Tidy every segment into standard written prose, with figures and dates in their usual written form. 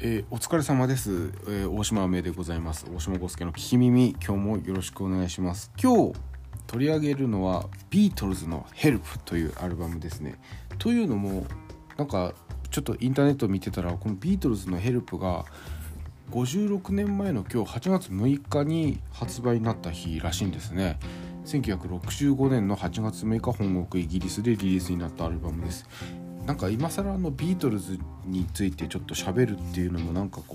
お疲れ様です、大島めでございます。大島ゴスケの聞き耳、今日もよろしくお願いします。今日取り上げるのはビートルズのヘルプというアルバムですね。というのもなんかちょっとインターネットを見てたら、このビートルズのヘルプが56年前の今日8月6日に発売になった日らしいんですね。1965年の8月6日本国イギリスでリリースになったアルバムです。なんか今更ビートルズについてちょっと喋るっていうのもなんか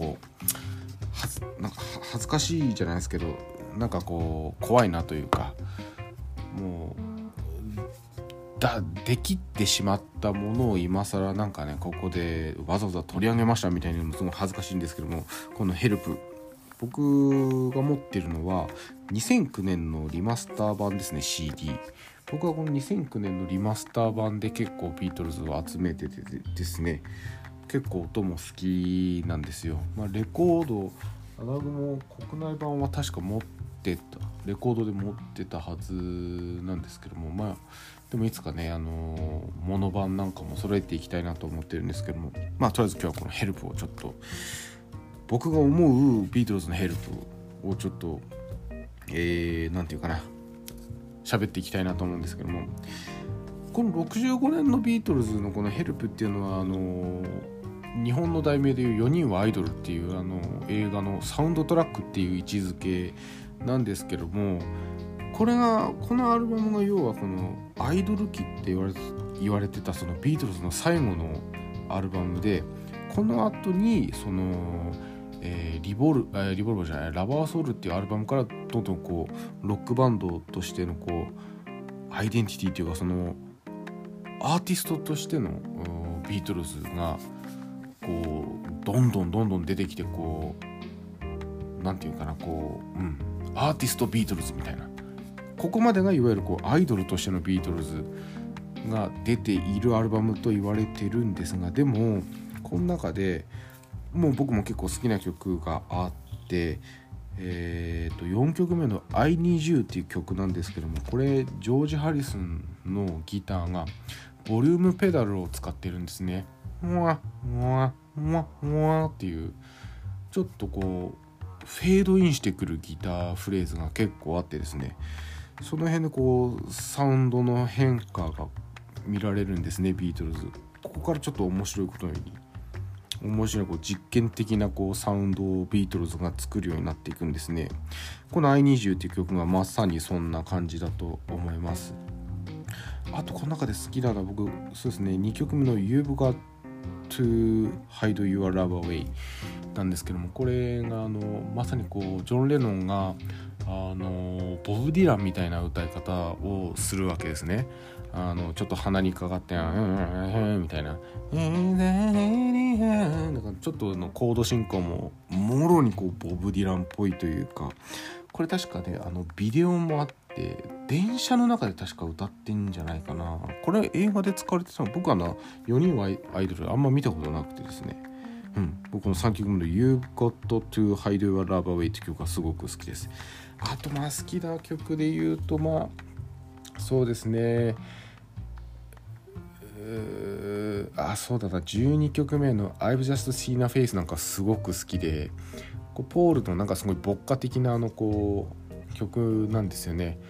恥ずかしいじゃないですけど、なんか怖いなというか、もうできってしまったものを今更なんかね、ここでわざわざ取り上げましたみたいなのもすごい恥ずかしいんですけども、このヘルプ、僕が持ってるのは2009年のリマスター版ですね。 CD、僕はこの2009年のリマスター版で結構ビートルズを集めててですね、結構音も好きなんですよ。レコード、アナログも国内版は確かレコードで持ってたはずなんですけども、でもいつかね、モノ版なんかも揃えていきたいなと思ってるんですけども、とりあえず今日はこのヘルプをちょっと、僕が思うビートルズのヘルプをちょっとなんていうかな、喋っていきたいなと思うんですけども、この65年のビートルズのこのヘルプっていうのは日本の題名でいう4人はアイドルっていう映画のサウンドトラックっていう位置づけなんですけども、このアルバムが要はこのアイドル期って言われてたそのビートルズの最後のアルバムで、この後にそのリボルバーじゃないラバーソウルっていうアルバムからどんどんロックバンドとしてのアイデンティティというか、そのアーティストとしてのビートルズがどんどん出てきて、なんていうかな、アーティストビートルズみたいな、ここまでがいわゆるアイドルとしてのビートルズが出ているアルバムと言われてるんですが、でもこの中でもう僕も結構好きな曲があって、4曲目の I Need You っていう曲なんですけども、これジョージ・ハリスンのギターがボリュームペダルを使ってるんですね。もわもわもわもわっていうちょっとフェードインしてくるギターフレーズが結構あってですね、その辺でサウンドの変化が見られるんですね、ビートルズ。ここからちょっと面白い実験的なサウンドをビートルズが作るようになっていくんですね。この I Need You っていう曲がまさにそんな感じだと思います。あとこの中で好きなのは僕そうですね、2曲目の You've Got to Hide Your Love Away なんですけども、これがまさにジョン・レノンがボブ・ディランみたいな歌い方をするわけですね。ちょっと鼻にかかってみたいな、なんかちょっとコード進行ももろにボブ・ディランっぽいというか、これ確かねビデオもあって電車の中で確か歌ってんじゃないかな。これ映画で使われてたの、僕は4人はアイドルあんま見たことなくてですね、僕の3曲目の You've Got to Hide Your Love Away って曲がすごく好きです。あと好きな曲で言うとそうですね、そうだな、12曲目の I've Just Seen a Face なんかすごく好きで、ポールのなんかすごい牧歌的な曲なんですよね。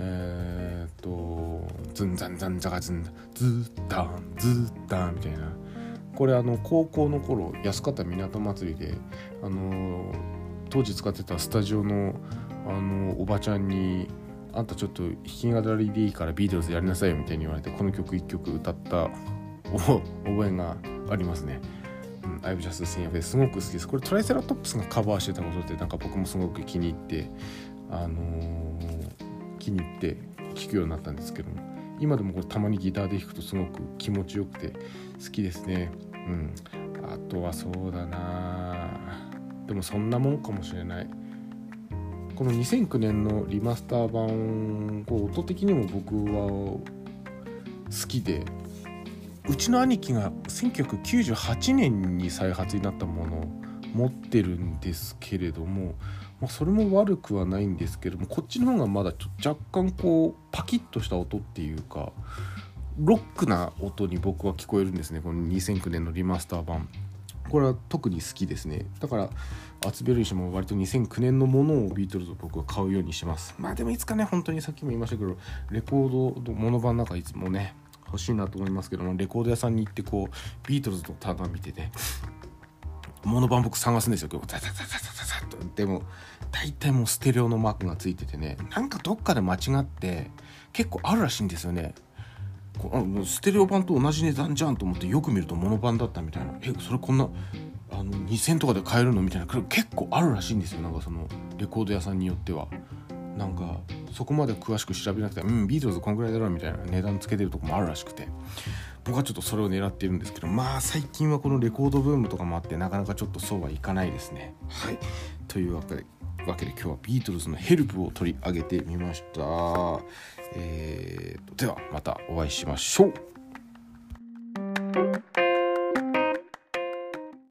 ズンザンザンザガズンズーダンズーダンみたいな、これ高校の頃安かった港祭りで当時使ってたスタジオのおばちゃんに、あんたちょっと弾き語りでいいからビートルズやりなさいよみたいに言われて、この曲1曲歌った覚えがありますね。I've Just Seen a Face すごく好きです。これトライセラトップスがカバーしてたことで、なんか僕もすごく気に入って聴くようになったんですけども、今でもこれたまにギターで弾くとすごく気持ちよくて好きですね。あとはそうだな、でもそんなもんかもしれない。この2009年のリマスター版、音的にも僕は好きで、うちの兄貴が1998年に再発になったものを持ってるんですけれども、それも悪くはないんですけども、こっちの方がまだ若干パキッとした音っていうかロックな音に僕は聞こえるんですね、この2009年のリマスター版。 これは特に好きですね。だから集めるにしても割と2009年のものをビートルズを僕は買うようにしてます。でもいつかね、本当にさっきも言いましたけど、レコードモノ版なんかいつもね欲しいなと思いますけども、レコード屋さんに行ってこうビートルズの棚見てね、モノ版僕探すんですよ。でも大体もうステレオのマークがついててね、なんかどっかで間違って結構あるらしいんですよね。ステレオ版と同じ値段じゃんと思ってよく見るとモノ版だったみたいな、それこんな2000とかで買えるのみたいな、結構あるらしいんですよ。なんかそのレコード屋さんによってはなんかそこまで詳しく調べなくてビートルズこんぐらいだろうみたいな値段つけてるとこもあるらしくて、僕はちょっとそれを狙っているんですけど、最近はこのレコードブームとかもあってなかなかちょっとそうはいかないですね。はい、というわけで今日はビートルズのヘルプを取り上げてみました。ではまたお会いしましょう。